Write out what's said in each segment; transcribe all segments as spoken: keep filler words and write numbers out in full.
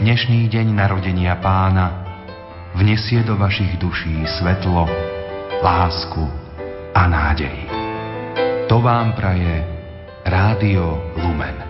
dnešný deň narodenia Pána vnesie do vašich duší svetlo, lásku a nádej. To vám praje Rádio Lumen.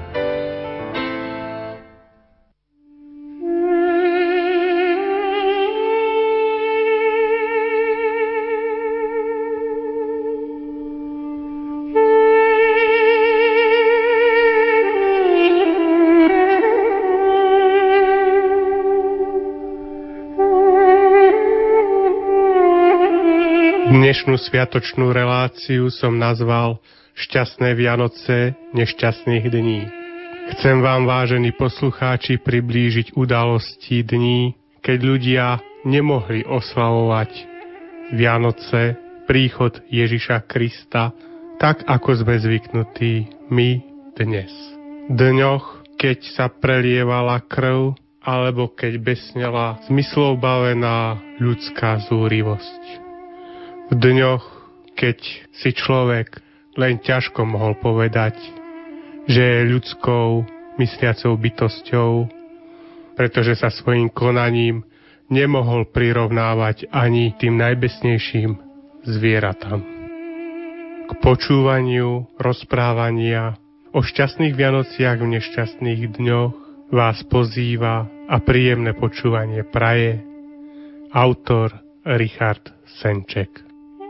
Dnešnú sviatočnú reláciu som nazval Šťastné Vianoce nešťastných dní. Chcem vám, vážení poslucháči, priblížiť udalosti dní, keď ľudia nemohli oslavovať Vianoce, príchod Ježiša Krista, tak ako sme zvyknutí my dnes. Dňoch, keď sa prelievala krv, alebo keď besnela zmyslov bavená ľudská zúrivosť. V dňoch, keď si človek len ťažko mohol povedať, že je ľudskou mysliacou bytosťou, pretože sa svojím konaním nemohol prirovnávať ani tým najbesnejším zvieratám. K počúvaniu rozprávania o šťastných Vianociach v nešťastných dňoch vás pozýva a príjemné počúvanie praje autor Richard Senček.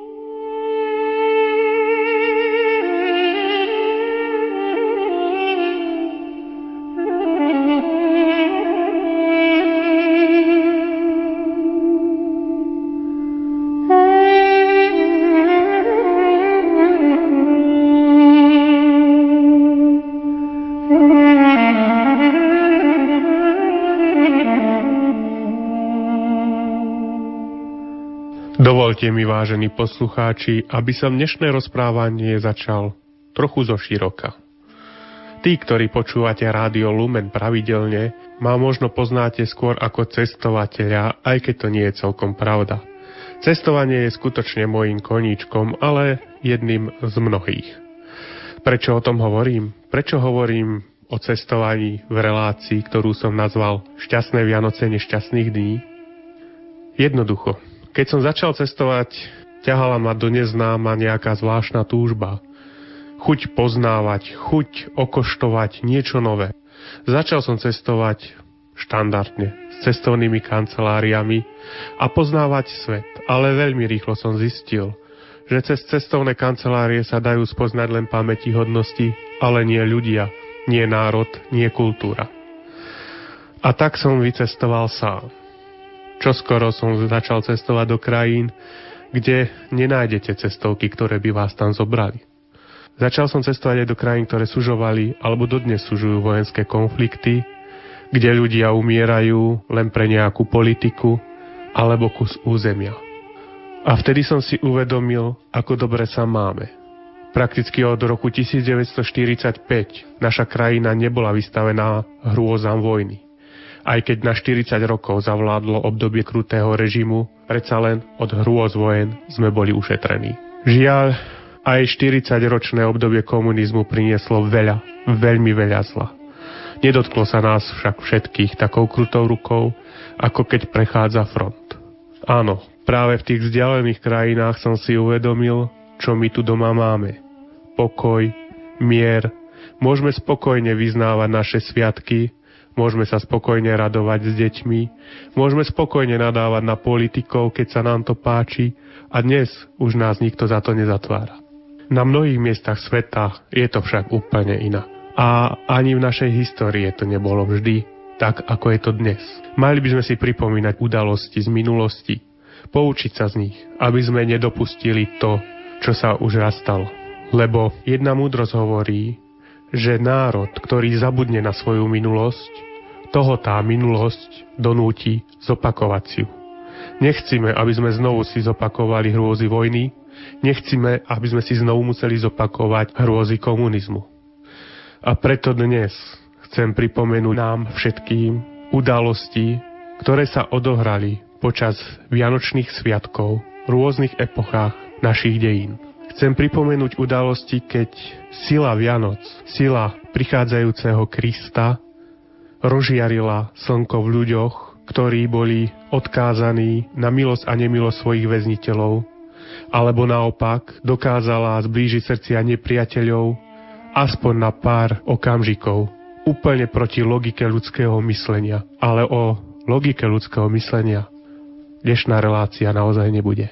Dovolte mi, vážení poslucháči, aby som dnešné rozprávanie začal trochu zoširoka. Tí, ktorí počúvate Rádio Lumen pravidelne, ma možno poznáte skôr ako cestovateľa, aj keď to nie je celkom pravda. Cestovanie je skutočne mojím koníčkom, ale jedným z mnohých. Prečo o tom hovorím? Prečo hovorím o cestovaní v relácii, ktorú som nazval Šťastné Vianoce nešťastných dní? Jednoducho. Keď som začal cestovať, ťahala ma do neznáma nejaká zvláštna túžba. Chuť poznávať, chuť okoštovať niečo nové. Začal som cestovať štandardne, s cestovnými kanceláriami a poznávať svet. Ale veľmi rýchlo som zistil, že cez cestovné kancelárie sa dajú spoznať len pamätihodnosti, ale nie ľudia, nie národ, nie kultúra. A tak som vycestoval sám. Čoskoro som začal cestovať do krajín, kde nenájdete cestovky, ktoré by vás tam zobrali. Začal som cestovať aj do krajín, ktoré sužovali alebo dodnes sužujú vojenské konflikty, kde ľudia umierajú len pre nejakú politiku alebo kus územia. A vtedy som si uvedomil, ako dobre sa máme. Prakticky od roku devätnásťstoštyridsaťpäť naša krajina nebola vystavená hrôzam vojny. Aj keď na štyridsať rokov zavládlo obdobie krutého režimu, predsa len od hrôz vojen sme boli ušetrení. Žiaľ, aj štyridsaťročné obdobie komunizmu prinieslo veľa, veľmi veľa zla. Nedotklo sa nás však všetkých takou krutou rukou, ako keď prechádza front. Áno, práve v tých vzdialených krajinách som si uvedomil, čo my tu doma máme. Pokoj, mier, môžeme spokojne vyznávať naše sviatky, môžeme sa spokojne radovať s deťmi, môžeme spokojne nadávať na politikov, keď sa nám to páči, a dnes už nás nikto za to nezatvára. Na mnohých miestach sveta je to však úplne inak. A ani v našej histórii to nebolo vždy tak, ako je to dnes. Mali by sme si pripomínať udalosti z minulosti, poučiť sa z nich, aby sme nedopustili to, čo sa už raz stalo. Lebo jedna múdrosť hovorí, že národ, ktorý zabudne na svoju minulosť, toho tá minulosť donúti zopakovať si ju. Nechcíme, aby sme znovu si zopakovali hrôzy vojny, nechcíme, aby sme si znovu museli zopakovať hrôzy komunizmu. A preto dnes chcem pripomenúť nám všetkým udalosti, ktoré sa odohrali počas vianočných sviatkov v rôznych epochách našich dejín. Chcem pripomenúť udalosti, keď sila Vianoc, sila prichádzajúceho Krista rozžiarila slnko v ľuďoch, ktorí boli odkázaní na milosť a nemilosť svojich väzniteľov, alebo naopak dokázala zblížiť srdcia nepriateľov aspoň na pár okamžikov, úplne proti logike ľudského myslenia. Ale o logike ľudského myslenia dnešná relácia naozaj nebude.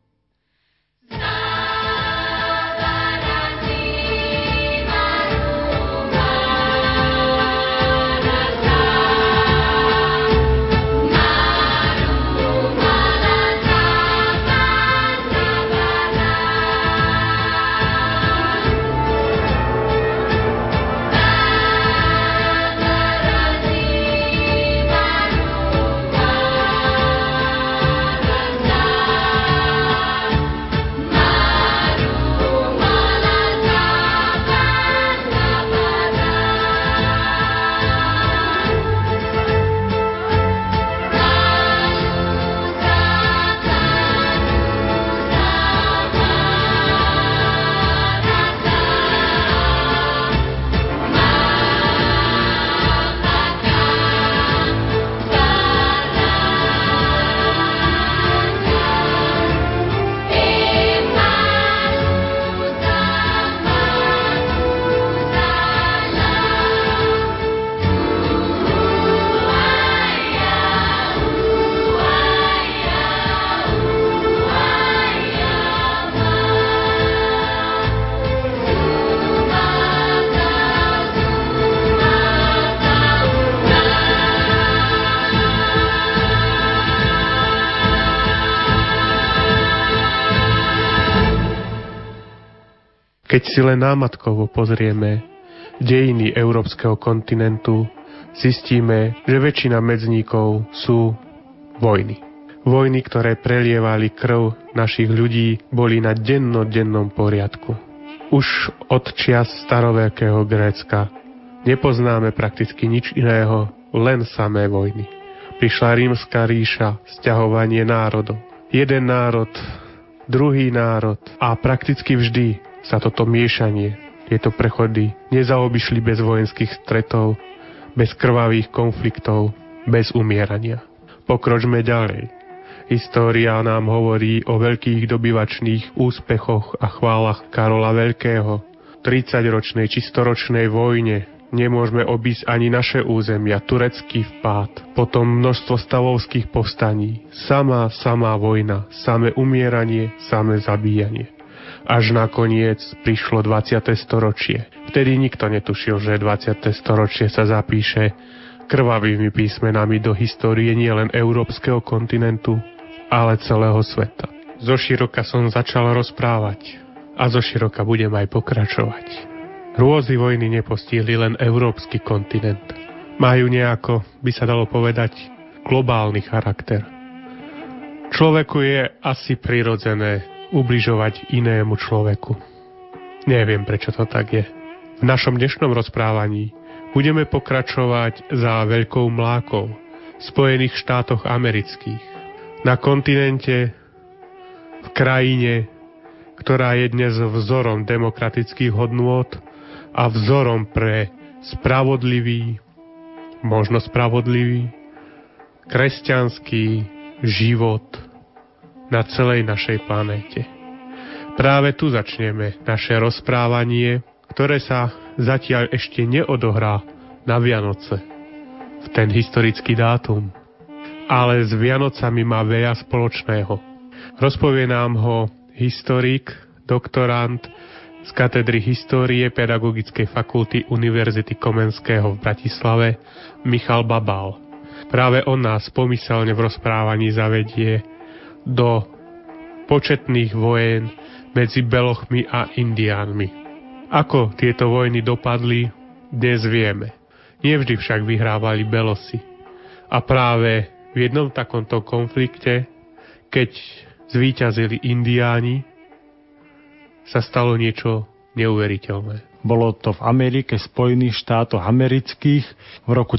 Keď si len námatkovo pozrieme dejiny európskeho kontinentu, zistíme, že väčšina medzníkov sú vojny. Vojny, ktoré prelievali krv našich ľudí, boli na dennodennom poriadku. Už od čias staroveľkého Grécka nepoznáme prakticky nič iného, len samé vojny. Prišla rímska ríša, sťahovanie národov. Jeden národ, druhý národ a prakticky vždy sa toto miešanie, tieto prechody nezaobišli bez vojenských stretov, bez krvavých konfliktov, bez umierania. Pokročme ďalej. História nám hovorí o veľkých dobyvačných úspechoch a chválach Karola Veľkého. tridsaťročnej či storočnej vojne nemôžeme obísť ani naše územia, turecký vpád, potom množstvo stavovských povstaní, samá, samá vojna, samé umieranie, samé zabíjanie. Až nakoniec prišlo dvadsiate storočie. Vtedy nikto netušil, že dvadsiate storočie sa zapíše krvavými písmenami do histórie nielen európskeho kontinentu, ale celého sveta. Zoširoka som začal rozprávať a zoširoka budem aj pokračovať. Hrôzy vojny nepostihli len európsky kontinent. Majú nejako, by sa dalo povedať, globálny charakter. Človeku je asi prirodzené ubližovať inému človeku. Neviem, prečo to tak je. V našom dnešnom rozprávaní budeme pokračovať za veľkou mlákou v Spojených štátoch amerických. Na kontinente, v krajine, ktorá je dnes vzorom demokratických hodnôt a vzorom pre spravodlivý, možno spravodlivý, kresťanský život na celej našej planéte. Práve tu začneme naše rozprávanie, ktoré sa zatiaľ ešte neodohrá na Vianoce, v ten historický dátum. Ale s Vianocami má veľa spoločného. Rozpovie nám ho historik, doktorant z katedry histórie Pedagogickej fakulty Univerzity Komenského v Bratislave Michal Babal. Práve on nás pomyselne v rozprávaní zavedie do početných vojen medzi Belochmi a Indiánmi. Ako tieto vojny dopadli, dnes vieme. Nevždy však vyhrávali Belosi. A práve v jednom takomto konflikte, keď zvíťazili Indiáni, sa stalo niečo neuveriteľné. Bolo to v Amerike, Spojených štátoch amerických v roku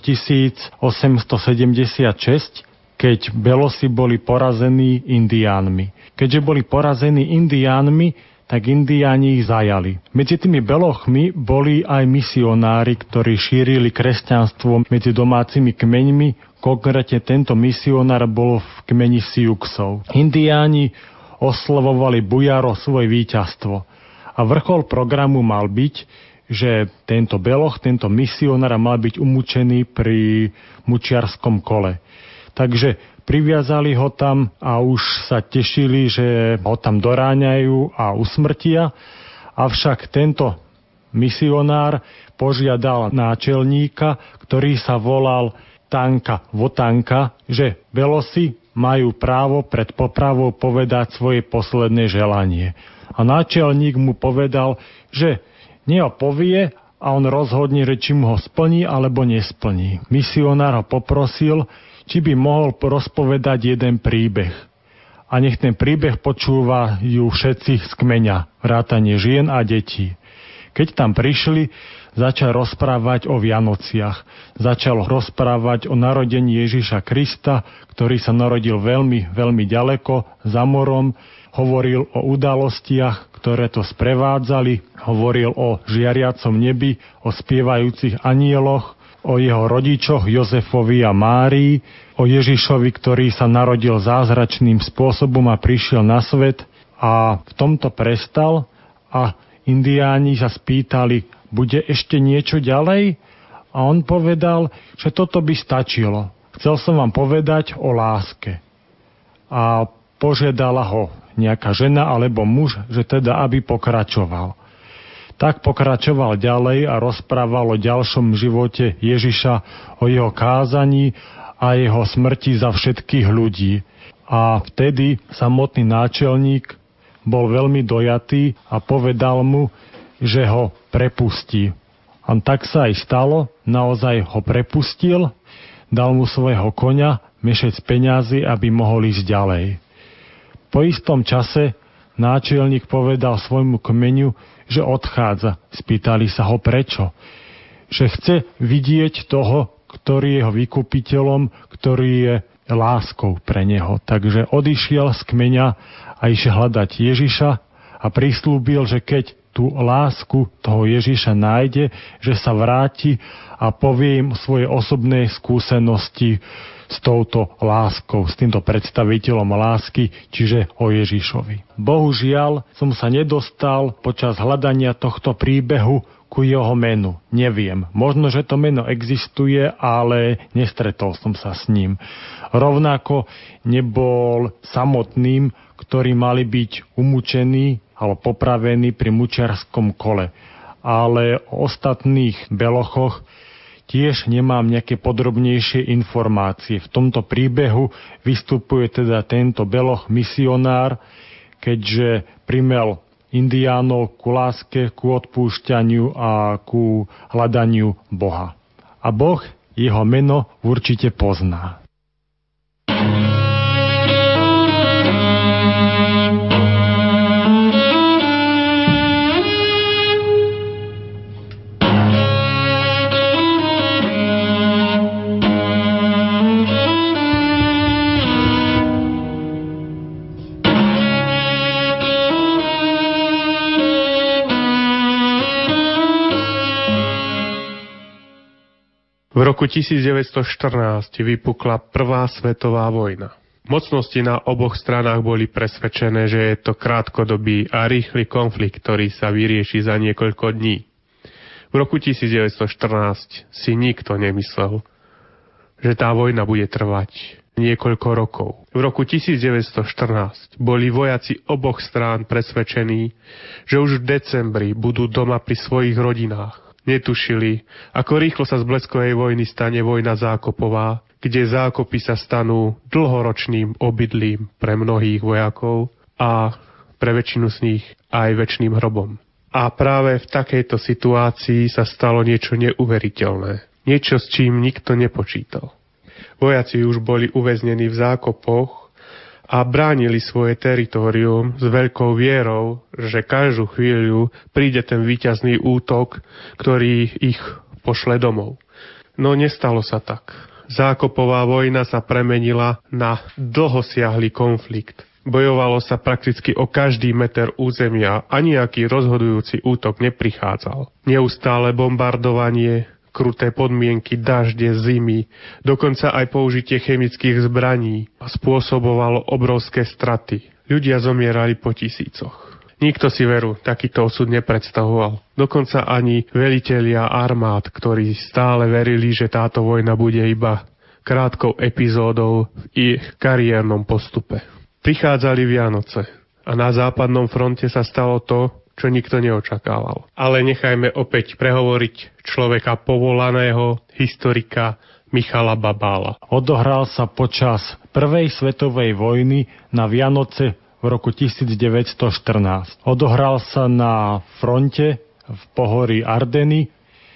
tisícosemstosedemdesiatšesť, keď Belosi boli porazení Indiánmi. Keďže boli porazení Indiánmi, tak indiáni ich zajali. Medzi tými belochmi boli aj misionári, ktorí šírili kresťanstvo medzi domácimi kmeňmi. Konkrétne tento misionár bol v kmeni Siuxov. Indiáni oslavovali bujaro svoje víťazstvo. A vrchol programu mal byť, že tento beloch, tento misionár mal byť umúčený pri mučiarskom kole. Takže priviazali ho tam a už sa tešili, že ho tam doráňajú a usmrtia. Avšak tento misionár požiadal náčelníka, ktorý sa volal Tanka Votanka, že belosi majú právo pred popravou povedať svoje posledné želanie. A náčelník mu povedal, že neho povie a on rozhodne, či mu ho splní alebo nesplní. Misionár ho poprosil, či by mohol rozpovedať jeden príbeh. A nech ten príbeh počúvajú všetci z kmeňa, vrátane žien a detí. Keď tam prišli, začal rozprávať o Vianociach. Začal rozprávať o narodení Ježiša Krista, ktorý sa narodil veľmi, veľmi ďaleko, za morom. Hovoril o udalostiach, ktoré to sprevádzali. Hovoril o žiariacom nebi, o spievajúcich anieloch, o jeho rodičoch Jozefovi a Márii, o Ježišovi, ktorý sa narodil zázračným spôsobom a prišiel na svet. A v tomto prestal a indiáni sa spýtali, bude ešte niečo ďalej? A on povedal, že toto by stačilo. Chcel som vám povedať o láske. A požiadala ho nejaká žena alebo muž, že teda aby pokračoval. Tak pokračoval ďalej a rozprával o ďalšom živote Ježiša, o jeho kázaní a jeho smrti za všetkých ľudí. A vtedy samotný náčelník bol veľmi dojatý a povedal mu, že ho prepustí. A tak sa aj stalo, naozaj ho prepustil, dal mu svojho koňa, mešec peňazí, aby mohol ísť ďalej. Po istom čase náčelník povedal svojmu kmeňu, že odchádza. Spýtali sa ho prečo. Že chce vidieť toho, ktorý je jeho vykupiteľom, ktorý je láskou pre neho. Takže odišiel z kmeňa a išiel hľadať Ježiša a prislúbil, že keď tú lásku toho Ježiša nájde, že sa vráti a povie im svoje osobné skúsenosti s touto láskou, s týmto predstaviteľom lásky, čiže o Ježišovi. Bohužiaľ som sa nedostal počas hľadania tohto príbehu ku jeho menu. Neviem. Možno, že to meno existuje, ale nestretol som sa s ním. Rovnako nebol samotným, ktorí mali byť umúčení alebo popravení pri mučiarskom kole. Ale o ostatných belochoch tiež nemám nejaké podrobnejšie informácie. V tomto príbehu vystupuje teda tento beloch misionár, keďže primel indiánov ku láske, ku odpúšťaniu a ku hľadaniu Boha. A Boh jeho meno určite pozná. V roku devätnásťstoštrnásť vypukla prvá svetová vojna. Mocnosti na oboch stranách boli presvedčené, že je to krátkodobý a rýchly konflikt, ktorý sa vyrieši za niekoľko dní. V roku devätnásťstoštrnásť si nikto nemyslel, že tá vojna bude trvať niekoľko rokov. V roku devätnásťstoštrnásť boli vojaci oboch strán presvedčení, že už v decembri budú doma pri svojich rodinách. Netušili, ako rýchlo sa z bleskovej vojny stane vojna zákopová, kde zákopy sa stanú dlhoročným obydlím pre mnohých vojakov a pre väčšinu z nich aj večným hrobom. A práve v takejto situácii sa stalo niečo neuveriteľné. Niečo, s čím nikto nepočítal. Vojaci už boli uväznení v zákopoch a bránili svoje teritorium s veľkou vierou, že každú chvíľu príde ten víťazný útok, ktorý ich pošle domov. No nestalo sa tak. Zákopová vojna sa premenila na dlhosiahly konflikt. Bojovalo sa prakticky o každý meter územia a nejaký rozhodujúci útok neprichádzal. Neustále bombardovanie, kruté podmienky, dažde, zimy, dokonca aj použitie chemických zbraní spôsobovalo obrovské straty. Ľudia zomierali po tisícoch. Nikto si veru takýto osud nepredstavoval. Dokonca ani velitelia armád, ktorí stále verili, že táto vojna bude iba krátkou epizódou v ich kariérnom postupe. Prichádzali Vianoce a na západnom fronte sa stalo to, čo nikto neočakával. Ale nechajme opäť prehovoriť človeka povolaného, historika Michala Babála. Odohral sa počas Prvej svetovej vojny na Vianoce v roku devätnásťstoštrnásť. Odohral sa na fronte v pohorí Ardeny,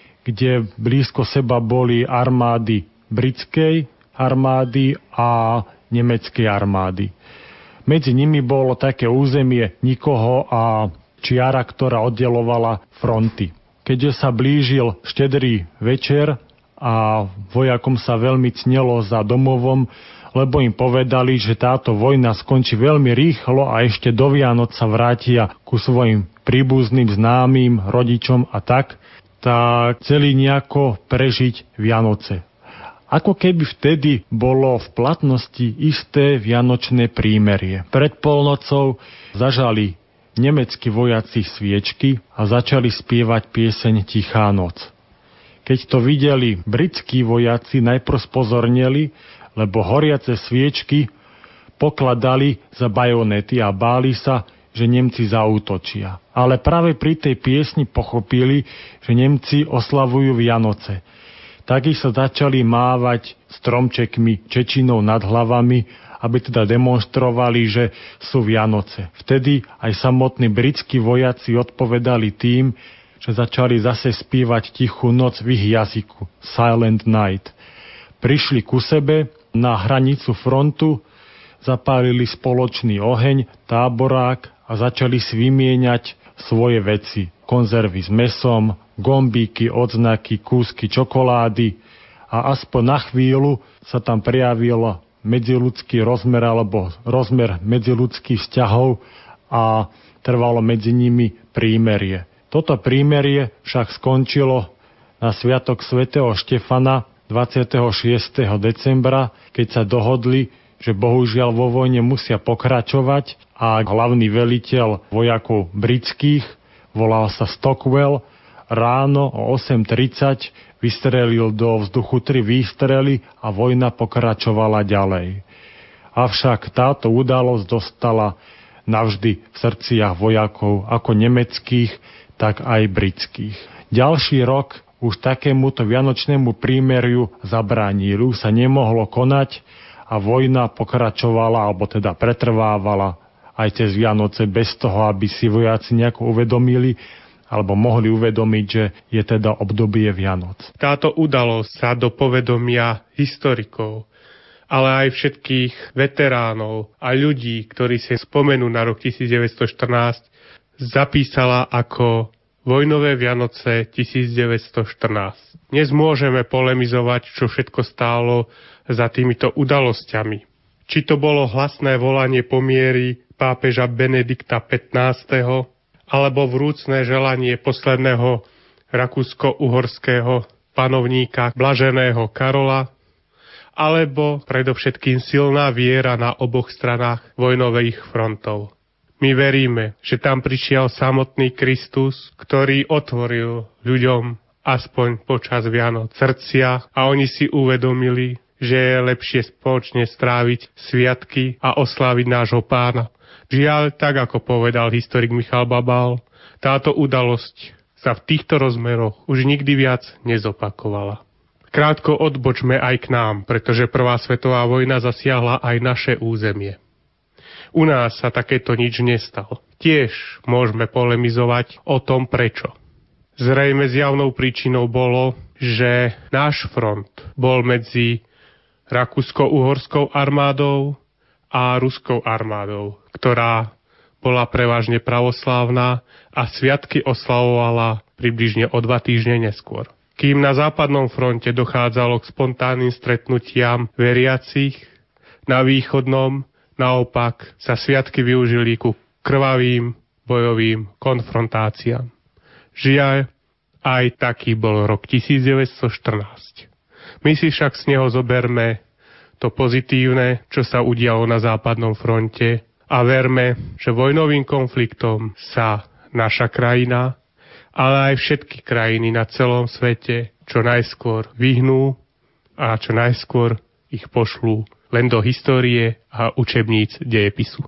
kde blízko seba boli armády britskej armády a nemeckej armády. Medzi nimi bolo také územie nikoho a čiara, ktorá oddelovala fronty. Keďže sa blížil štedrý večer a vojakom sa veľmi cnelo za domovom, lebo im povedali, že táto vojna skončí veľmi rýchlo a ešte do Vianoc sa vrátia ku svojim príbuzným, známym, rodičom a tak, tak chceli nejako prežiť Vianoce. Ako keby vtedy bolo v platnosti isté vianočné prímerie. Pred polnocou zažali nemeckí vojaci sviečky a začali spievať pieseň Tichá noc. Keď to videli britskí vojaci, najprv spozorneli, lebo horiace sviečky pokladali za bajonety a báli sa, že Nemci zaútočia. Ale práve pri tej piesni pochopili, že Nemci oslavujú Vianoce. Takisto začali mávať stromčekmi Čečinou nad hlavami, aby teda demonstrovali, že sú Vianoce. Vtedy aj samotní britskí vojaci odpovedali tým, že začali zase spievať Tichú noc v ich jazyku, Silent Night. Prišli ku sebe na hranicu frontu, zapálili spoločný oheň, táborák a začali si vymieňať svoje veci. Konzervy s mesom, gombíky, odznaky, kúsky čokolády a aspoň na chvíľu sa tam prejavil medziľudský rozmer alebo rozmer medziľudských vzťahov a trvalo medzi nimi prímerie. Toto prímerie však skončilo na sviatok svätého Štefana dvadsiateho šiesteho decembra, keď sa dohodli, že bohužiaľ vo vojne musia pokračovať a hlavný veliteľ vojakov britských, volal sa Stockwell, ráno o osem tridsať vystrelil do vzduchu tri výstrely a vojna pokračovala ďalej. Avšak táto udalosť dostala navždy v srdciach vojakov ako nemeckých, tak aj britských. Ďalší rok už takémuto vianočnému prímeriu zabránili, už sa nemohlo konať a vojna pokračovala, alebo teda pretrvávala aj cez Vianoce bez toho, aby si vojaci nejako uvedomili, alebo mohli uvedomiť, že je teda obdobie Vianoc. Táto udalosť sa do povedomia historikov, ale aj všetkých veteránov a ľudí, ktorí si spomenú na rok devätnásťstoštrnásť, zapísala ako vojnové Vianoce devätnásťstoštrnásť. Dnes môžeme polemizovať, čo všetko stálo za týmito udalosťami. Či to bolo hlasné volanie pomiery pápeža Benedikta pätnásteho alebo vrúcne želanie posledného rakúsko-uhorského panovníka blaženého Karola, alebo predovšetkým silná viera na oboch stranách vojnových frontov. My veríme, že tam prišiel samotný Kristus, ktorý otvoril ľuďom aspoň počas Vianoc srdcia a oni si uvedomili, že je lepšie spoločne stráviť sviatky a osláviť nášho Pána. Žiaľ, tak ako povedal historik Michal Babál, táto udalosť sa v týchto rozmeroch už nikdy viac nezopakovala. Krátko odbočme aj k nám, pretože Prvá svetová vojna zasiahla aj naše územie. U nás sa takéto nič nestalo. Tiež môžeme polemizovať o tom prečo. Zrejme zjavnou príčinou bolo, že náš front bol medzi rakúsko-uhorskou armádou a ruskou armádou, ktorá bola prevažne pravoslávna a sviatky oslavovala približne o dva týždne neskôr. Kým na západnom fronte dochádzalo k spontánnym stretnutiam veriacich, na východnom naopak sa sviatky využili ku krvavým bojovým konfrontáciám. Žiaľ, aj taký bol rok devätnásťstoštrnásť. My si však z neho zoberme to pozitívne, čo sa udialo na západnom fronte a verme, že vojnovým konfliktom sa naša krajina, ale aj všetky krajiny na celom svete čo najskôr vyhnú a čo najskôr ich pošlú len do histórie a učebníc dejepisu.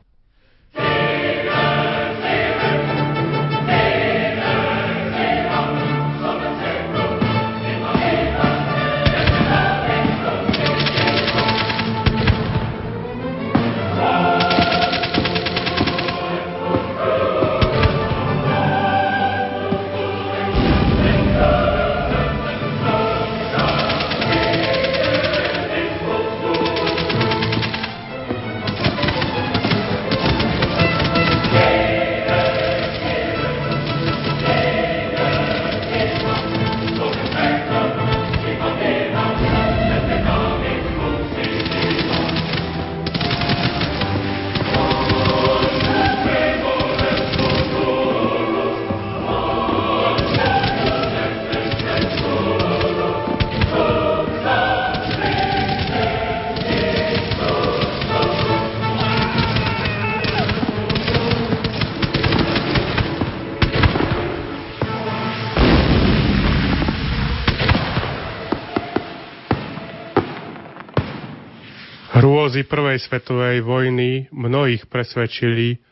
Hrôzy prvej svetovej vojny mnohých presvedčili,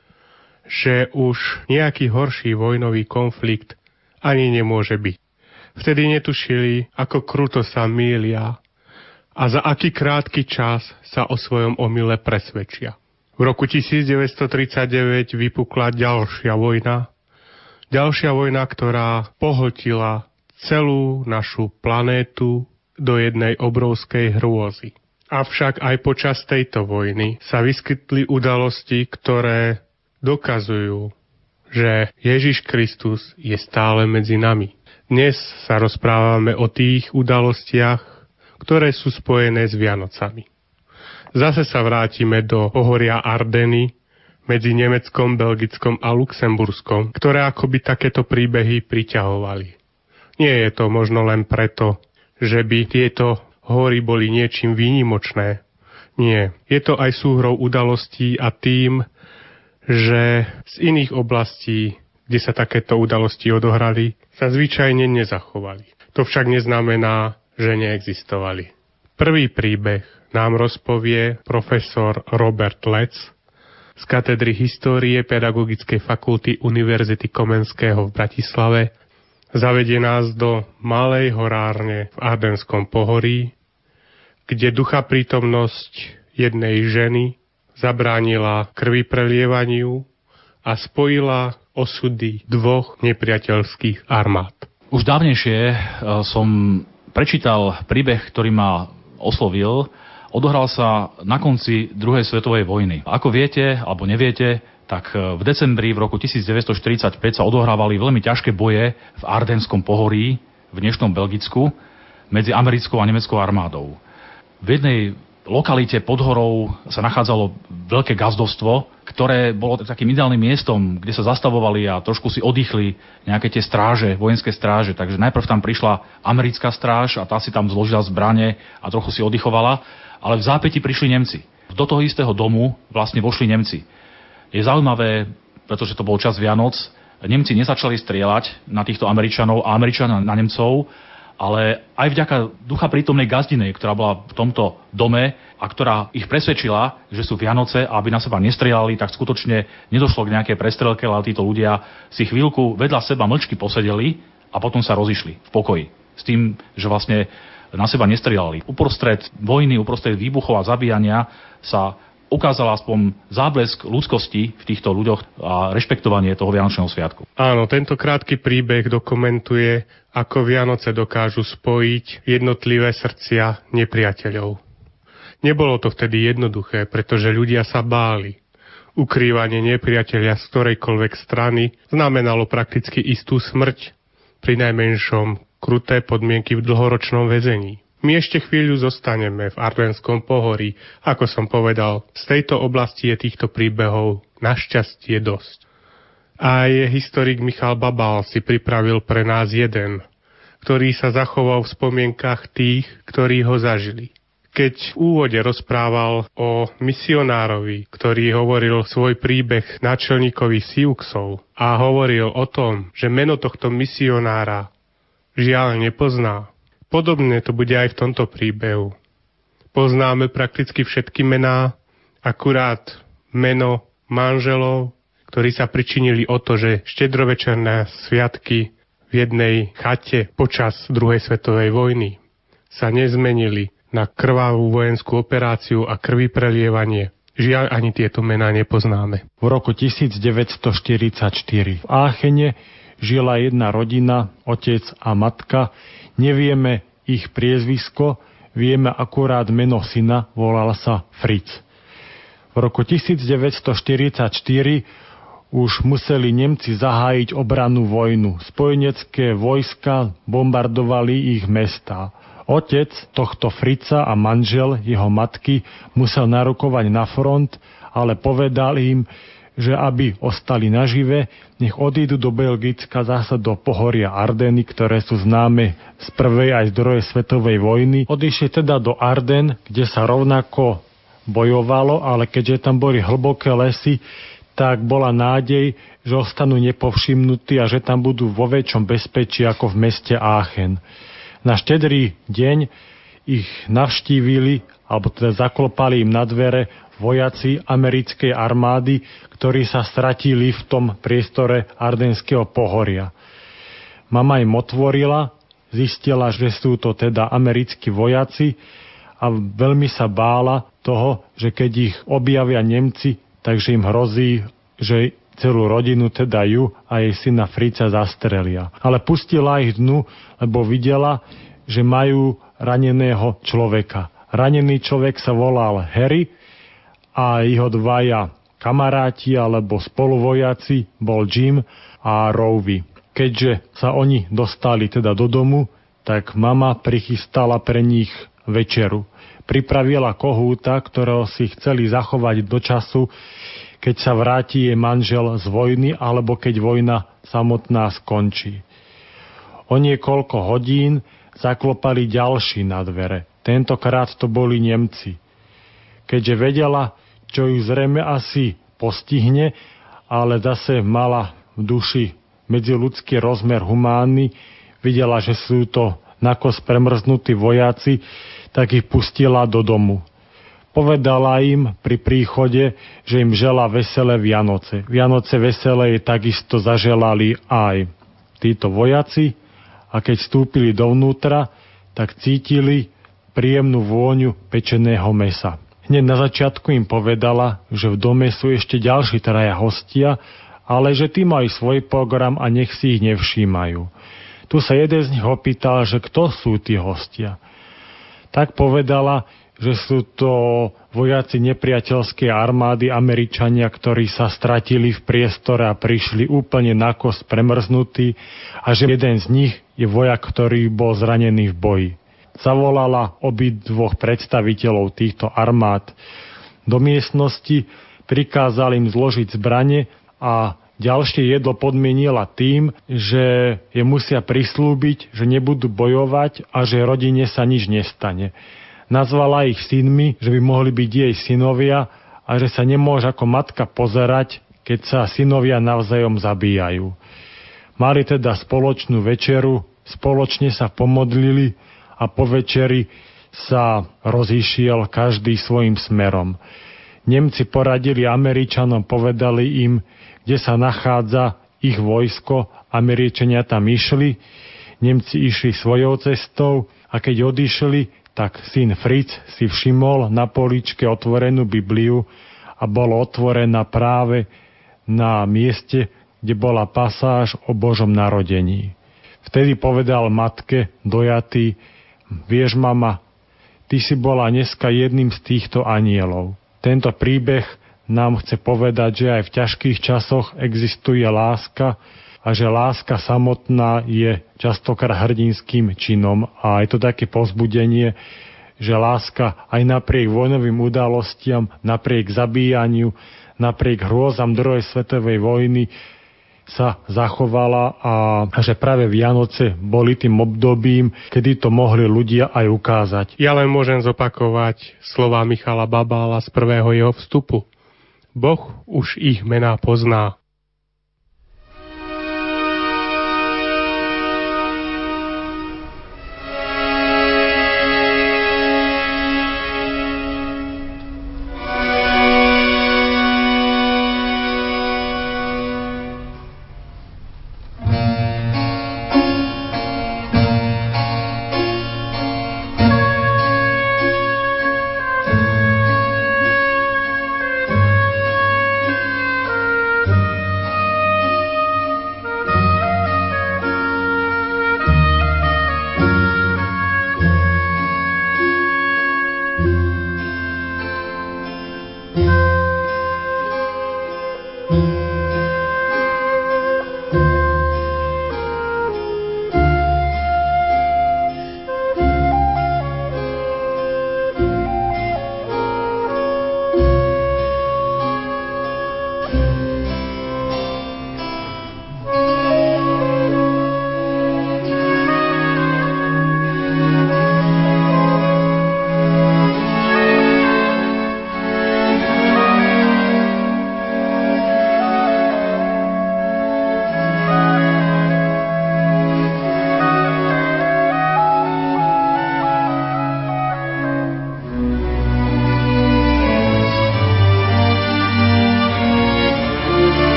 že už nejaký horší vojnový konflikt ani nemôže byť. Vtedy netušili, ako kruto sa mýlia a za aký krátky čas sa o svojom omyle presvedčia. V roku devätnásťstotridsaťdeväť vypukla ďalšia vojna. Ďalšia vojna, ktorá pohltila celú našu planétu do jednej obrovskej hrôzy. Avšak aj počas tejto vojny sa vyskytli udalosti, ktoré dokazujú, že Ježiš Kristus je stále medzi nami. Dnes sa rozprávame o tých udalostiach, ktoré sú spojené s Vianocami. Zase sa vrátime do pohoria Ardeny medzi Nemeckom, Belgickom a Luxemburskom, ktoré akoby takéto príbehy priťahovali. Nie je to možno len preto, že by tieto hory boli niečím výnimočné. Nie. Je to aj súhrou udalostí a tým, že z iných oblastí, kde sa takéto udalosti odohrali, sa zvyčajne nezachovali. To však neznamená, že neexistovali. Prvý príbeh nám rozpovie profesor Robert Lec z katedry histórie Pedagogickej fakulty Univerzity Komenského v Bratislave. Zavedie nás do malej horárne v Ardenskom pohorí, kde ducha prítomnosť jednej ženy zabránila krvi prelievaniu a spojila osudy dvoch nepriateľských armád. Už dávnejšie som prečítal príbeh, ktorý ma oslovil. Odohral sa na konci druhej svetovej vojny. Ako viete, alebo neviete, tak v decembri v roku devätnásťstoštyridsaťpäť sa odohrávali veľmi ťažké boje v Ardenskom pohorí v dnešnom Belgicku medzi americkou a nemeckou armádou. V jednej lokalite pod horou sa nachádzalo veľké gazdovstvo, ktoré bolo takým ideálnym miestom, kde sa zastavovali a trošku si oddychli nejaké tie stráže, vojenské stráže. Takže najprv tam prišla americká stráž a tá si tam zložila zbrane a trochu si oddychovala, ale v zápäti prišli Nemci. Do toho istého domu vlastne vošli Nemci. Je zaujímavé, pretože to bol čas Vianoc, Nemci nezačali strieľať na týchto Američanov a Američania na Nemcov, ale aj vďaka ducha prítomnej gazdinej, ktorá bola v tomto dome a ktorá ich presvedčila, že sú Vianoce a aby na seba nestrieľali, tak skutočne nedošlo k nejakej prestrelke, ale títo ľudia si chvíľku vedľa seba mlčky posedeli a potom sa rozišli v pokoji. S tým, že vlastne na seba nestrieľali. Uprostred vojny, uprostred výbuchov a zabíjania sa ukázal aspoň záblesk ľudskosti v týchto ľuďoch a rešpektovanie toho Vianočného sviatku. Áno, tento krátky príbeh dokumentuje, ako Vianoce dokážu spojiť jednotlivé srdcia nepriateľov. Nebolo to vtedy jednoduché, pretože ľudia sa báli. Ukrývanie nepriateľa z ktorejkoľvek strany znamenalo prakticky istú smrť, pri najmenšom kruté podmienky v dlhoročnom väzení. My ešte chvíľu zostaneme v Ardenskom pohorí. Ako som povedal, z tejto oblasti je týchto príbehov našťastie dosť. Aj historik Michal Babal si pripravil pre nás jeden, ktorý sa zachoval v spomienkach tých, ktorí ho zažili. Keď v úvode rozprával o misionárovi, ktorý hovoril svoj príbeh náčelníkovi Siuxov a hovoril o tom, že meno tohto misionára žiaľ nepozná, podobne to bude aj v tomto príbehu. Poznáme prakticky všetky mená, akurát meno manželov, ktorí sa pričinili o to, že štedrovečerné sviatky v jednej chate počas druhej svetovej vojny sa nezmenili na krvavú vojenskú operáciu a krvi prelievanie. Žiaľ, ani tieto mená nepoznáme. V roku tisícdeväťstoštyridsaťštyri v Áchene žila jedna rodina, otec a matka. Nevieme ich priezvisko, vieme akurát meno syna, volal sa Fritz. V roku tisícdeväťstoštyridsaťštyri už museli Nemci zahájiť obrannú vojnu. Spojenecké vojska bombardovali ich mestá. Otec tohto Fritza a manžel jeho matky musel narukovať na front, ale povedal im, že aby ostali nažive, nech odídu do Belgicka, zasa do pohoria Ardeny, ktoré sú známe z prvej aj z druhej svetovej vojny. Odišli teda do Arden, kde sa rovnako bojovalo, ale keďže tam boli hlboké lesy, tak bola nádej, že ostanú nepovšimnutí a že tam budú vo väčšom bezpečí ako v meste Aachen. Na štedrý deň ich navštívili, alebo teda zaklopali im na dvere vojaci americkej armády, ktorí sa stratili v tom priestore Ardenského pohoria. Mama im otvorila, zistila, že sú to teda americkí vojaci a veľmi sa bála toho, že keď ich objavia Nemci, takže im hrozí, že celú rodinu, teda ju a jej syna Fritza zastrelia. Ale pustila ich dnu, lebo videla, že majú raneného človeka. Ranený človek sa volal Harry a jeho dvaja kamaráti alebo spoluvojaci bol Jim a Rowie. Keďže sa oni dostali teda do domu, tak mama prichystala pre nich večeru. Pripravila kohúta, ktorého si chceli zachovať do času, keď sa vráti jej manžel z vojny alebo keď vojna samotná skončí. O niekoľko hodín zaklopali ďalší na dvere. Tentokrát to boli Nemci. Keďže vedela, čo ju zrejme asi postihne, ale zase mala v duši medziľudský rozmer humánny, videla, že sú to nakos premrznutí vojaci, tak ich pustila do domu. Povedala im pri príchode, že im želá veselé Vianoce. Vianoce veselé takisto zaželali aj títo vojaci a keď vstúpili dovnútra, tak cítili príjemnú vôňu pečeného mesa. Hneď na začiatku im povedala, že v dome sú ešte ďalší traja hostia, ale že tí majú svoj program a nech si ich nevšímajú. Tu sa jeden z nich opýtal, že kto sú tí hostia. Tak povedala, že sú to vojaci nepriateľskej armády Američania, ktorí sa stratili v priestore a prišli úplne na kosť premrznutí a že jeden z nich je vojak, ktorý bol zranený v boji. Zavolala obidvoch predstaviteľov týchto armád do miestnosti, prikázal im zložiť zbrane a ďalšie jedlo podmienila tým, že je musia prislúbiť, že nebudú bojovať a že rodine sa nič nestane. Nazvala ich synmi, že by mohli byť jej synovia a že sa nemôže ako matka pozerať, keď sa synovia navzájom zabíjajú. Mali teda spoločnú večeru, spoločne sa pomodlili a po večeri sa rozišiel každý svojim smerom. Nemci poradili Američanom, povedali im, kde sa nachádza ich vojsko. Američania tam išli, Nemci išli svojou cestou a keď odišli, tak syn Fritz si všimol na políčke otvorenú Bibliu a bola otvorená práve na mieste, kde bola pasáž o Božom narodení. Vtedy povedal matke dojatý: vieš, mama, ty si bola dneska jedným z týchto anielov. Tento príbeh nám chce povedať, že aj v ťažkých časoch existuje láska a a že láska samotná je častokrát hrdinským činom a je to také povzbudenie, že láska aj napriek vojnovým udalostiam, napriek zabíjaniu, napriek hrôzam druhej svetovej vojny sa zachovala a že práve Vianoce boli tým obdobím, kedy to mohli ľudia aj ukázať. Ja len môžem zopakovať slová Michala Babála z prvého jeho vstupu. Boh už ich mená pozná.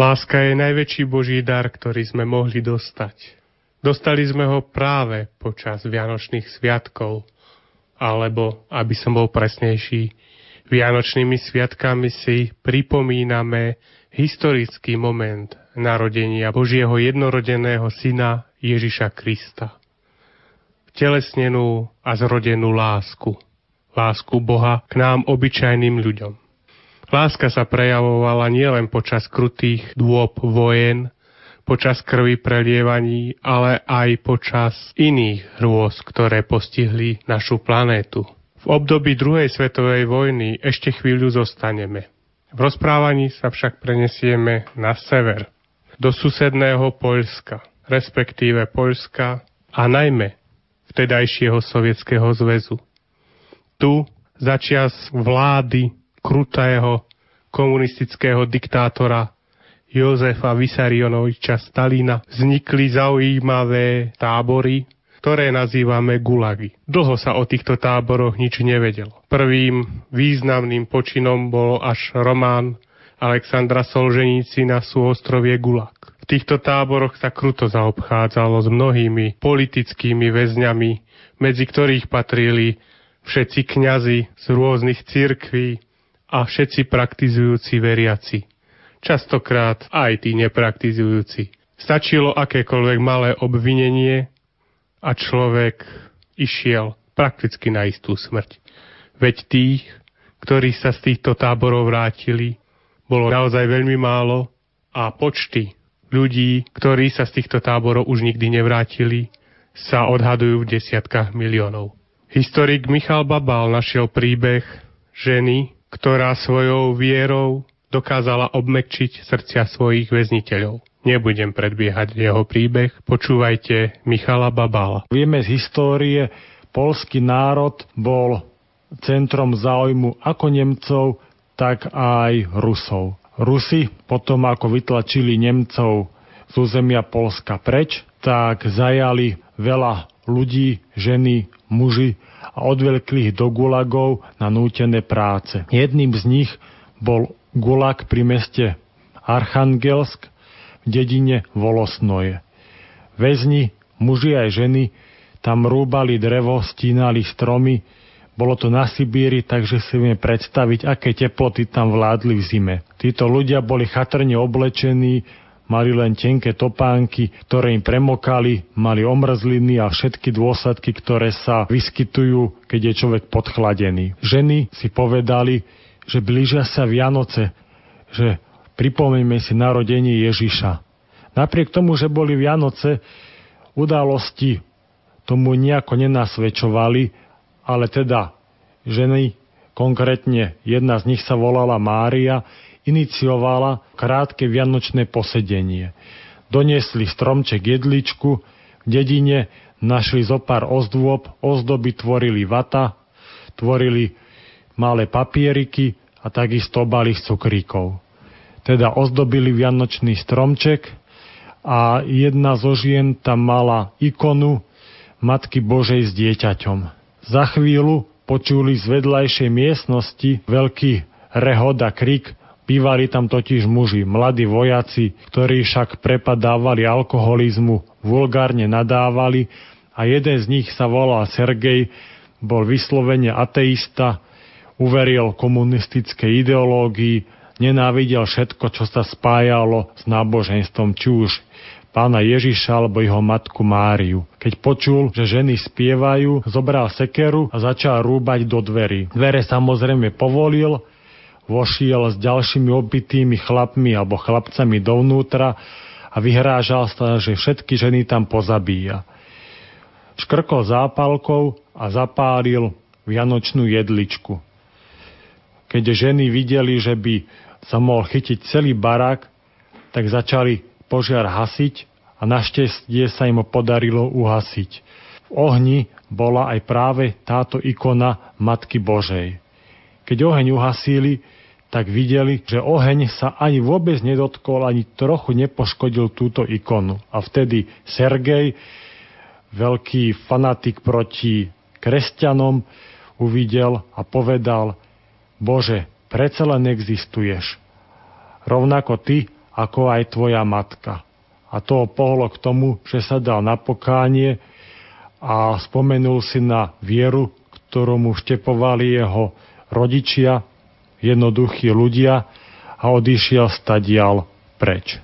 Láska je najväčší Boží dar, ktorý sme mohli dostať. Dostali sme ho práve počas Vianočných sviatkov, alebo, aby som bol presnejší, Vianočnými sviatkami si pripomíname historický moment narodenia Božieho jednorodeného syna Ježiša Krista. Vtelesnenú a zrodenú lásku. Lásku Boha k nám obyčajným ľuďom. Láska sa prejavovala nielen počas krutých dôb vojen, počas krvi prelievaní, ale aj počas iných hrôz, ktoré postihli našu planétu. V období druhej svetovej vojny ešte chvíľu zostaneme. V rozprávaní sa však prenesieme na sever, do susedného Poľska, respektíve Poľska a najmä vtedajšieho Sovietskeho zväzu. Tu začias vlády krutého komunistického diktátora Jozefa Vysarionoviča Stalina vznikli zaujímavé tábory, ktoré nazývame gulagy. Dlho sa o týchto táboroch nič nevedelo. Prvým významným počinom bol až román Alexandra Solženícina Súostrovie Gulag. V týchto táboroch sa kruto zaobchádzalo s mnohými politickými väzňami, medzi ktorých patrili všetci kňazi z rôznych cirkví a všetci praktizujúci veriaci. Častokrát aj tí nepraktizujúci. Stačilo akékoľvek malé obvinenie a človek išiel prakticky na istú smrť. Veď tých, ktorí sa z týchto táborov vrátili, bolo naozaj veľmi málo a počty ľudí, ktorí sa z týchto táborov už nikdy nevrátili, sa odhadujú v desiatkách miliónov. Historik Michal Babal našiel príbeh ženy, ktorá svojou vierou dokázala obmäkčiť srdcia svojich väzniteľov. Nebudem predbiehať jeho príbeh, počúvajte Michala Babala. Vieme z histórie, poľský národ bol centrom záujmu ako Nemcov, tak aj Rusov. Rusi potom, ako vytlačili Nemcov z územia Poľska preč, tak zajali veľa ľudí, ženy, muži a odvelkli ich do gulagov na nútené práce. Jedným z nich bol gulag pri meste Archangelsk v dedine Volosnoje. Väzni, muži aj ženy, tam rúbali drevo, stínali stromy. Bolo to na Sibíri, takže si vieme predstaviť, aké teploty tam vládli v zime. Títo ľudia boli chatrne oblečení, mali len tenké topánky, ktoré im premokali, mali omrzliny a všetky dôsledky, ktoré sa vyskytujú, keď je človek podchladený. Ženy si povedali, že blížia sa Vianoce, že pripomeňme si narodenie Ježiša. Napriek tomu, že boli Vianoce, udalosti tomu nejako nenasvedčovali, ale teda ženy, konkrétne jedna z nich sa volala Mária, iniciovala krátke vianočné posedenie. Doniesli stromček jedličku, v dedine našli zo pár ozdôb, ozdoby tvorili vata, tvorili malé papieriky a takisto obali z cukríkov. Teda ozdobili vianočný stromček a jedna zo žien tam mala ikonu Matky Božej s dieťaťom. Za chvíľu počuli z vedľajšej miestnosti veľký rehot a krik. Bývali tam totiž muži, mladí vojaci, ktorí však prepadávali alkoholizmu, vulgárne nadávali a jeden z nich sa volal Sergej, bol vyslovene ateista, uveril komunistickej ideológii, nenávidel všetko, čo sa spájalo s náboženstvom, či už Pána Ježiša alebo jeho matku Máriu. Keď počul, že ženy spievajú, zobral sekeru a začal rúbať do dverí. Dvere samozrejme povolil, vošiel s ďalšími obitými chlapmi alebo chlapcami dovnútra a vyhrážal sa, že všetky ženy tam pozabíja. Škrkol zápalkou a zapálil vianočnú jedličku. Keď ženy videli, že by sa mohol chytiť celý barák, tak začali požiar hasiť a našťastie sa im podarilo uhasiť. V ohni bola aj práve táto ikona Matky Božej. Keď oheň uhasili, tak videli, že oheň sa ani vôbec nedotkol, ani trochu nepoškodil túto ikonu. A vtedy Sergej, veľký fanatik proti kresťanom, uvidel a povedal: Bože, predsa len existuješ. Rovnako ty, ako aj tvoja matka. A to pohlo k tomu, že sa dal na pokánie a spomenul si na vieru, ktorú mu vštepovali jeho rodičia, jednoduchí ľudia, a odišiel stadiaľ preč.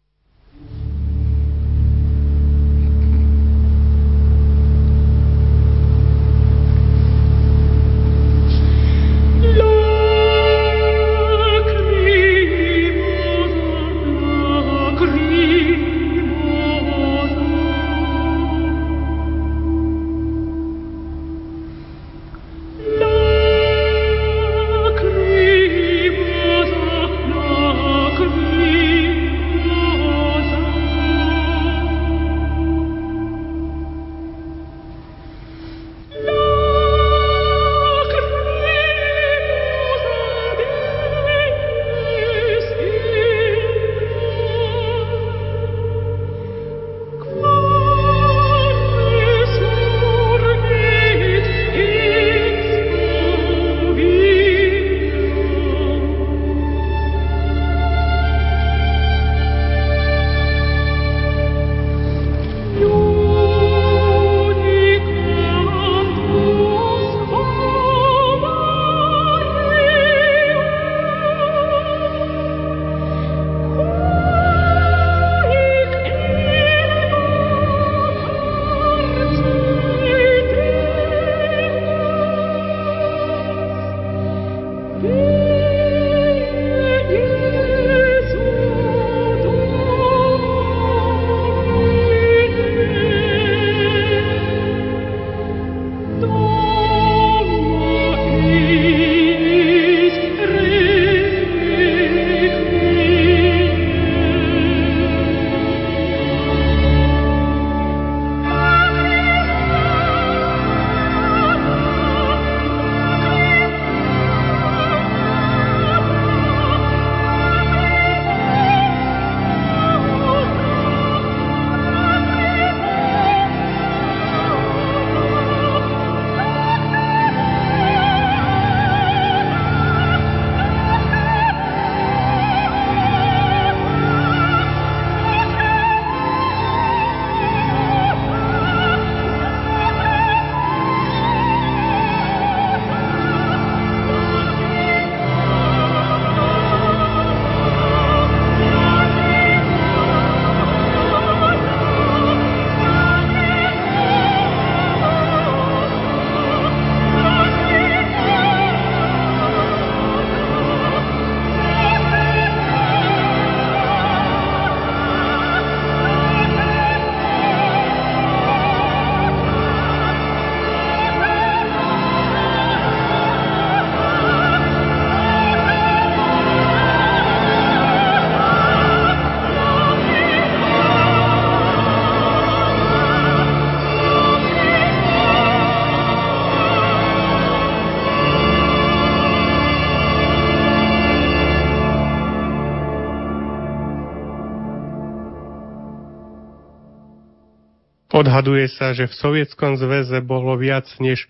Odhaduje sa, že v Sovietskom zväze bolo viac než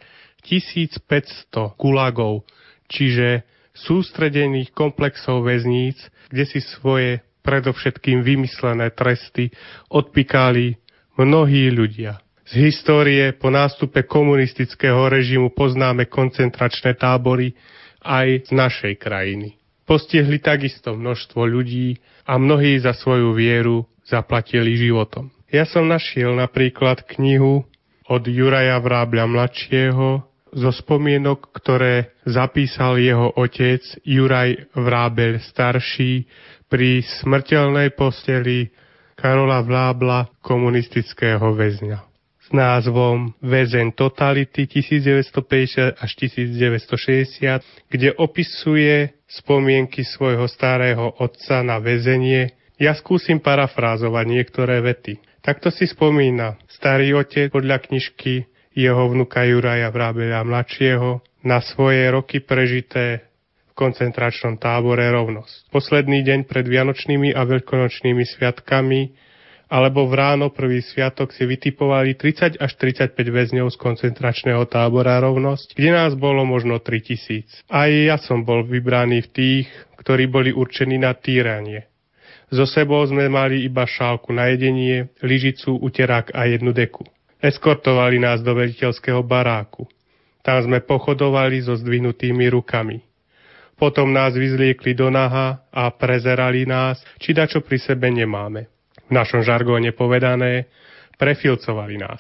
tisícpäťsto gulagov, čiže sústredených komplexov väzníc, kde si svoje predovšetkým vymyslené tresty odpikali mnohí ľudia. Z histórie po nástupe komunistického režimu poznáme koncentračné tábory aj z našej krajiny. Postihli takisto množstvo ľudí a mnohí za svoju vieru zaplatili životom. Ja som našiel napríklad knihu od Juraja Vrábľa mladšieho zo spomienok, ktoré zapísal jeho otec Juraj Vrábel starší pri smrteľnej posteli Karola Vrábla, komunistického väzňa. S názvom Väzeň totality devätnásťstopäťdesiat až devätnásťstošesťdesiat, kde opisuje spomienky svojho starého otca na väzenie. Ja skúsim parafrázovať niektoré vety. Takto si spomína starý otec podľa knižky jeho vnuka Juraja Vrábeľa mladšieho na svoje roky prežité v koncentračnom tábore Rovnosť. Posledný deň pred vianočnými a veľkonočnými sviatkami alebo v ráno prvý sviatok si vytipovali tridsať až tridsaťpäť väzňov z koncentračného tábora Rovnosť, kde nás bolo možno tritisíc. Aj ja som bol vybraný v tých, ktorí boli určení na týranie. So sebou sme mali iba šálku na jedenie, lyžicu, uterák a jednu deku. Eskortovali nás do veliteľského baráku. Tam sme pochodovali so zdvihnutými rukami. Potom nás vyzliekli do naha a prezerali nás, či dačo pri sebe nemáme. V našom žargóne povedané, prefilcovali nás.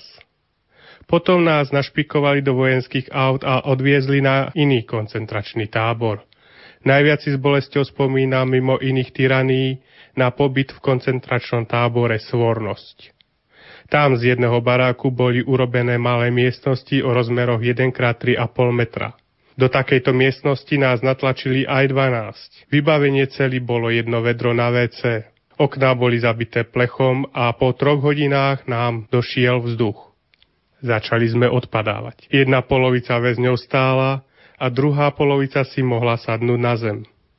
Potom nás našpikovali do vojenských aut a odviezli na iný koncentračný tábor. Najviac si s bolesťou spomínam mimo iných tyraní na pobyt v koncentračnom tábore Svornosť. Tam z jedného baráku boli urobené malé miestnosti o rozmeroch jeden krát tri a pol metra. Do takejto miestnosti nás natlačili aj dvanásť. Vybavenie celý bolo jedno vedro na vé cé. Okná boli zabité plechom a po troch hodinách nám došiel vzduch. Začali sme odpadávať. Jedna polovica väzňov stála a druhá polovica si mohla sadnúť na zem.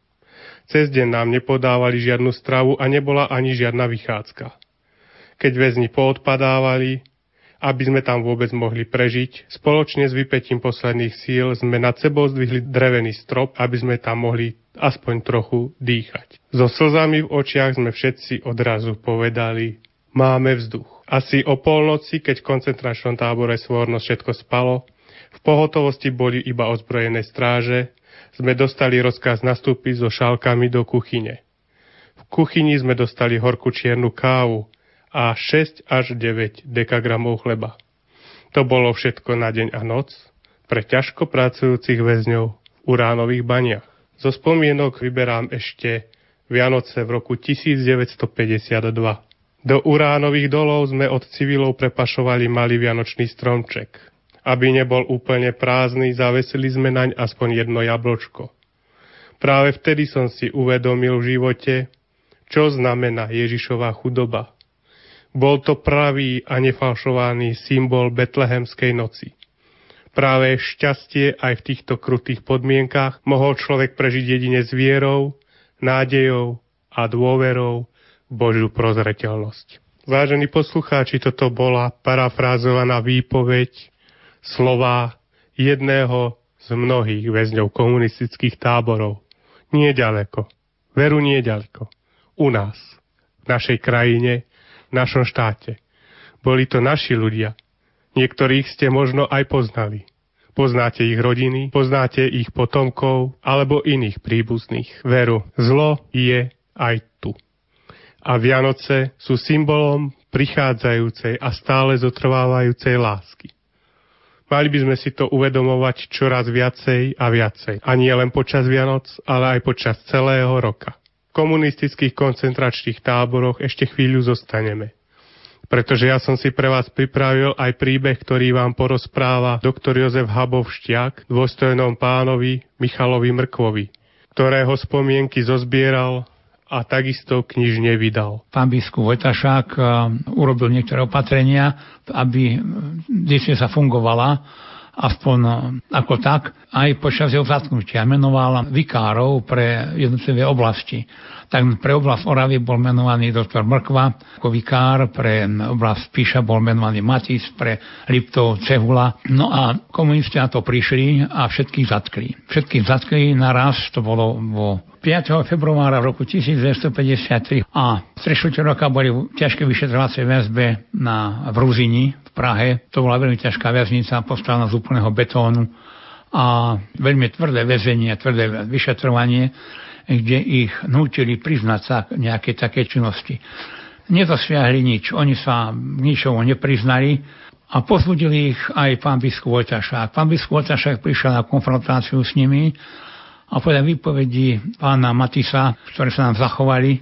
Cez deň nám nepodávali žiadnu stravu a nebola ani žiadna vychádzka. Keď väzni poodpadávali, aby sme tam vôbec mohli prežiť, spoločne s vypätím posledných síl sme nad sebou zdvihli drevený strop, aby sme tam mohli aspoň trochu dýchať. So slzami v očiach sme všetci odrazu povedali, máme vzduch. Asi o polnoci, keď v koncentračnom tábore Svornosť všetko spalo, v pohotovosti boli iba ozbrojené stráže, sme dostali rozkaz nastúpiť so šálkami do kuchyne. V kuchyni sme dostali horkú čiernu kávu a šesť až deväť dekagramov chleba. To bolo všetko na deň a noc pre ťažko pracujúcich väzňov v uránových baniach. Zo spomienok vyberám ešte Vianoce v roku devätnásťstopäťdesiatdva. Do uránových dolov sme od civilov prepašovali malý vianočný stromček. Aby nebol úplne prázdny, zavesili sme naň aspoň jedno jablčko. Práve vtedy som si uvedomil v živote, čo znamená Ježišova chudoba. Bol to pravý a nefalšovaný symbol betlehemskej noci. Práve šťastie aj v týchto krutých podmienkach mohol človek prežiť jedine s vierou, nádejou a dôverou v Božiu prozreteľnosť. Vážení poslucháči, toto bola parafrázovaná výpoveď, slová jedného z mnohých väzňov komunistických táborov. Nie ďaleko, veru nie ďaleko, u nás, v našej krajine, v našom štáte. Boli to naši ľudia. Niektorých ste možno aj poznali. Poznáte ich rodiny, poznáte ich potomkov alebo iných príbuzných. Veru, zlo je aj tu. A Vianoce sú symbolom prichádzajúcej a stále zotrvávajúcej lásky. Mali by sme si to uvedomovať čoraz viacej a viacej. A nie len počas Vianoc, ale aj počas celého roka. V komunistických koncentračných táboroch ešte chvíľu zostaneme. Pretože ja som si pre vás pripravil aj príbeh, ktorý vám porozpráva doktor Jozef Habov-Štiak, dôstojnom pánovi Michalovi Mrkvovi, ktorého spomienky zozbieral a takisto knižne vydal. Pán biskup Vojtašák urobil niektoré opatrenia, aby diecéza fungovala aspoň ako tak, aj počas jeho zatknutia. Menoval vikárov pre jednotlivé oblasti. Tak pre oblasť Oravy bol menovaný doktor Mrkva ako vikár, pre oblasť Píša bol menovaný Matis, pre Liptov Cehula. No a komunisti na to prišli a všetkých zatkli. Všetkých zatkli naraz, to bolo vo piateho februára roku devätnásťstopäťdesiattri a tri štvrte roka boli v ťažkej vyšetrovacej väzbe na v Ruzini v Prahe. To bola veľmi ťažká väznica, postavená z úplného betónu a veľmi tvrdé väzenie, tvrdé vyšetrovanie, kde ich nútili priznať sa k nejakej takej činnosti. Nedosiahli nič, oni sa k ničomu nepriznali a posúdili ich aj pán biskup Vojtašák. Pán biskup Vojtašák prišiel na konfrontáciu s nimi a podľa výpovedí pána Matisa, ktoré sa nám zachovali,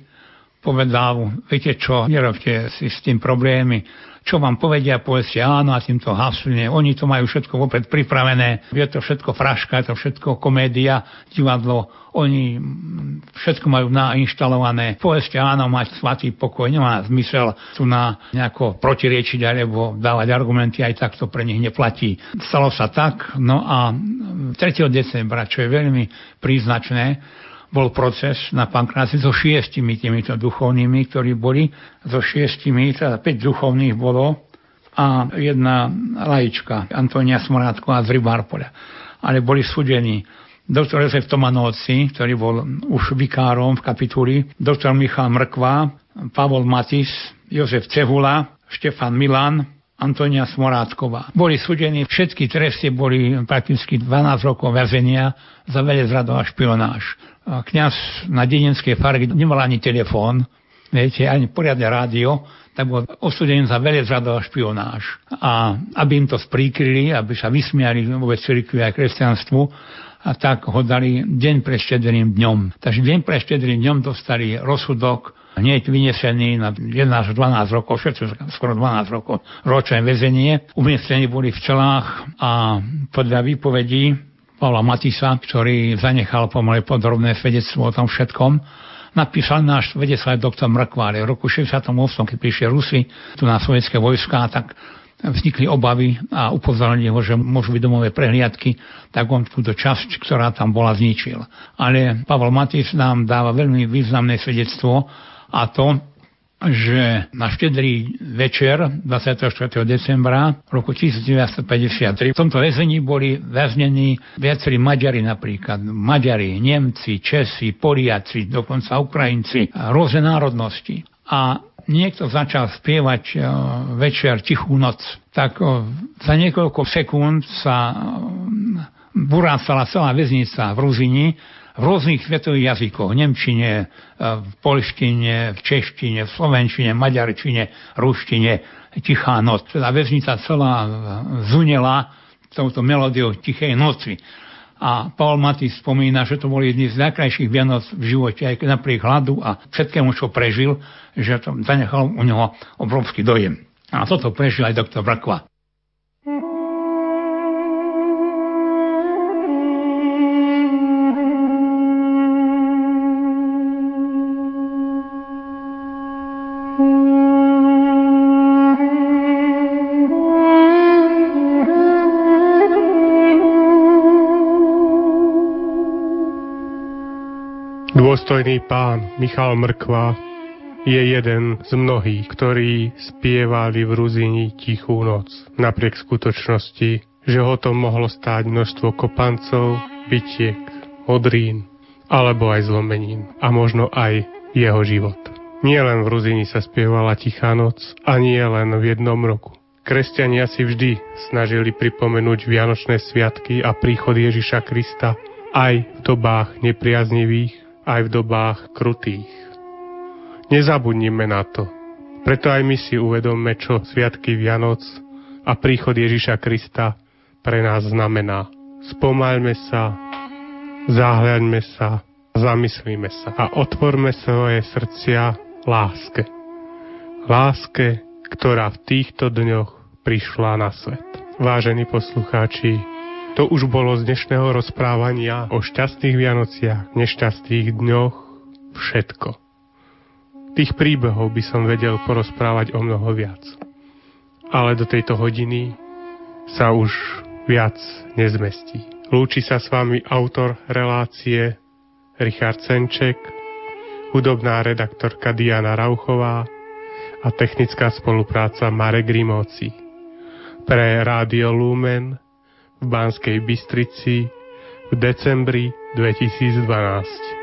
povedal, viete čo, nerobte si s tým problémy. Čo vám povedia, povedzte áno a týmto hasne. Oni to majú všetko vopred pripravené. Je to všetko fraška, je to všetko komédia, divadlo. Oni všetko majú nainštalované. Povedzte áno, mať svatý pokoj. Nemá zmysel tu na nejako protiriečiť alebo dávať argumenty, aj tak to pre nich neplatí. Stalo sa tak, no a tretieho decembra, čo je veľmi príznačné, bol proces na Pankráci so šiestimi týmito duchovnými, ktorí boli, so šiestimi, teda päť duchovných bolo a jedna laička, Antónia Smorátková z Rybárpoľa. Ale boli súdení doktor Jozef Tomanovci, ktorý bol už vikárom v kapituli, doktor Michal Mrkva, Pavol Matis, Jozef Cehula, Štefan Milan, Antonia Smorádková. Boli súdení, všetky tresty boli prakticky dvanásť rokov väzenia za veľezradu a špionáž. Kňaz na dedinskej farge nemal ani telefón, viete, ani poriadne rádio, tak bol osúdený za veľezradu a špionáž. A aby im to spríkryli, aby sa vysmiali vôbec cirkvi a kresťanstvu, a tak ho dali deň pred štedrým dňom. Takže deň pred štedrým dňom dostali rozsudok, hneď vynesený na jedenásť až dvanásť rokov, všetko skoro dvanásť rokov, ročné väzenie. Umiestnení boli v Čelách a podľa výpovedí Pavla Matisa, ktorý zanechal pomaly podrobné svedectvo o tom všetkom, napísal náš svedec aj doktor Mrkva. V roku šesťdesiatom ôsmom, keď prišli Rusi tu na sovietské vojská, tak vznikli obavy a upozornili ho, že môžu byť domové prehliadky, tak on túto časť, ktorá tam bola, zničil. Ale Pavol Matis nám dáva veľmi významné svedectvo, a to, že na štedrý večer dvadsiateho štvrtého decembra roku devätnásťstopäťdesiattri v tomto väzení boli väznení viacerí Maďari napríklad. Maďari, Nemci, Česi, Poliaci, dokonca Ukrajinci, rôzne národnosti. A niekto začal spievať večer Tichú noc. Tak za niekoľko sekúnd sa burácala celá väznica v Ruzini v rôznych svetových jazykoch, v nemčine, v poľštine, v češtine, v slovenčine, maďarčine, ruštine, Tichá noc. Teda väznica celá zunela touto melódiou Tichej noci. A Paul Matis spomína, že to boli jedni z najkrajších Vianoc v živote, aj napriek hladu a všetkému, čo prežil, že to zanechal u neho obrovský dojem. A toto prežil aj doktor Mrkva. Dôstojný pán Michal Mrkva je jeden z mnohých, ktorí spievali v Ruzini Tichú noc. Napriek skutočnosti, že ho to mohlo stáť množstvo kopancov, bitiek, odrín, alebo aj zlomenín. A možno aj jeho život. Nie len v Ruzini sa spievala Tichá noc, a nie len v jednom roku. Kresťania si vždy snažili pripomenúť Vianočné sviatky a príchod Ježiša Krista aj v dobách nepriaznivých, aj v dobách krutých. Nezabudnime na to. Preto aj my si uvedomme, čo sviatky Vianoc a príchod Ježiša Krista pre nás znamená. Spomaľme sa, zahľaďme sa, zamyslíme sa a otvorme svoje srdcia láske. Láske, ktorá v týchto dňoch prišla na svet. Vážení poslucháči, to už bolo z dnešného rozprávania o šťastných Vianociach, nešťastných dňoch všetko. Tých príbehov by som vedel porozprávať o mnoho viac. Ale do tejto hodiny sa už viac nezmestí. Lúči sa s vami autor relácie Richard Senček, hudobná redaktorka Diana Rauchová a technická spolupráca Marek Grimovci. Pre Rádio Lumen v Banskej Bystrici v decembri dvetisícdvanásť.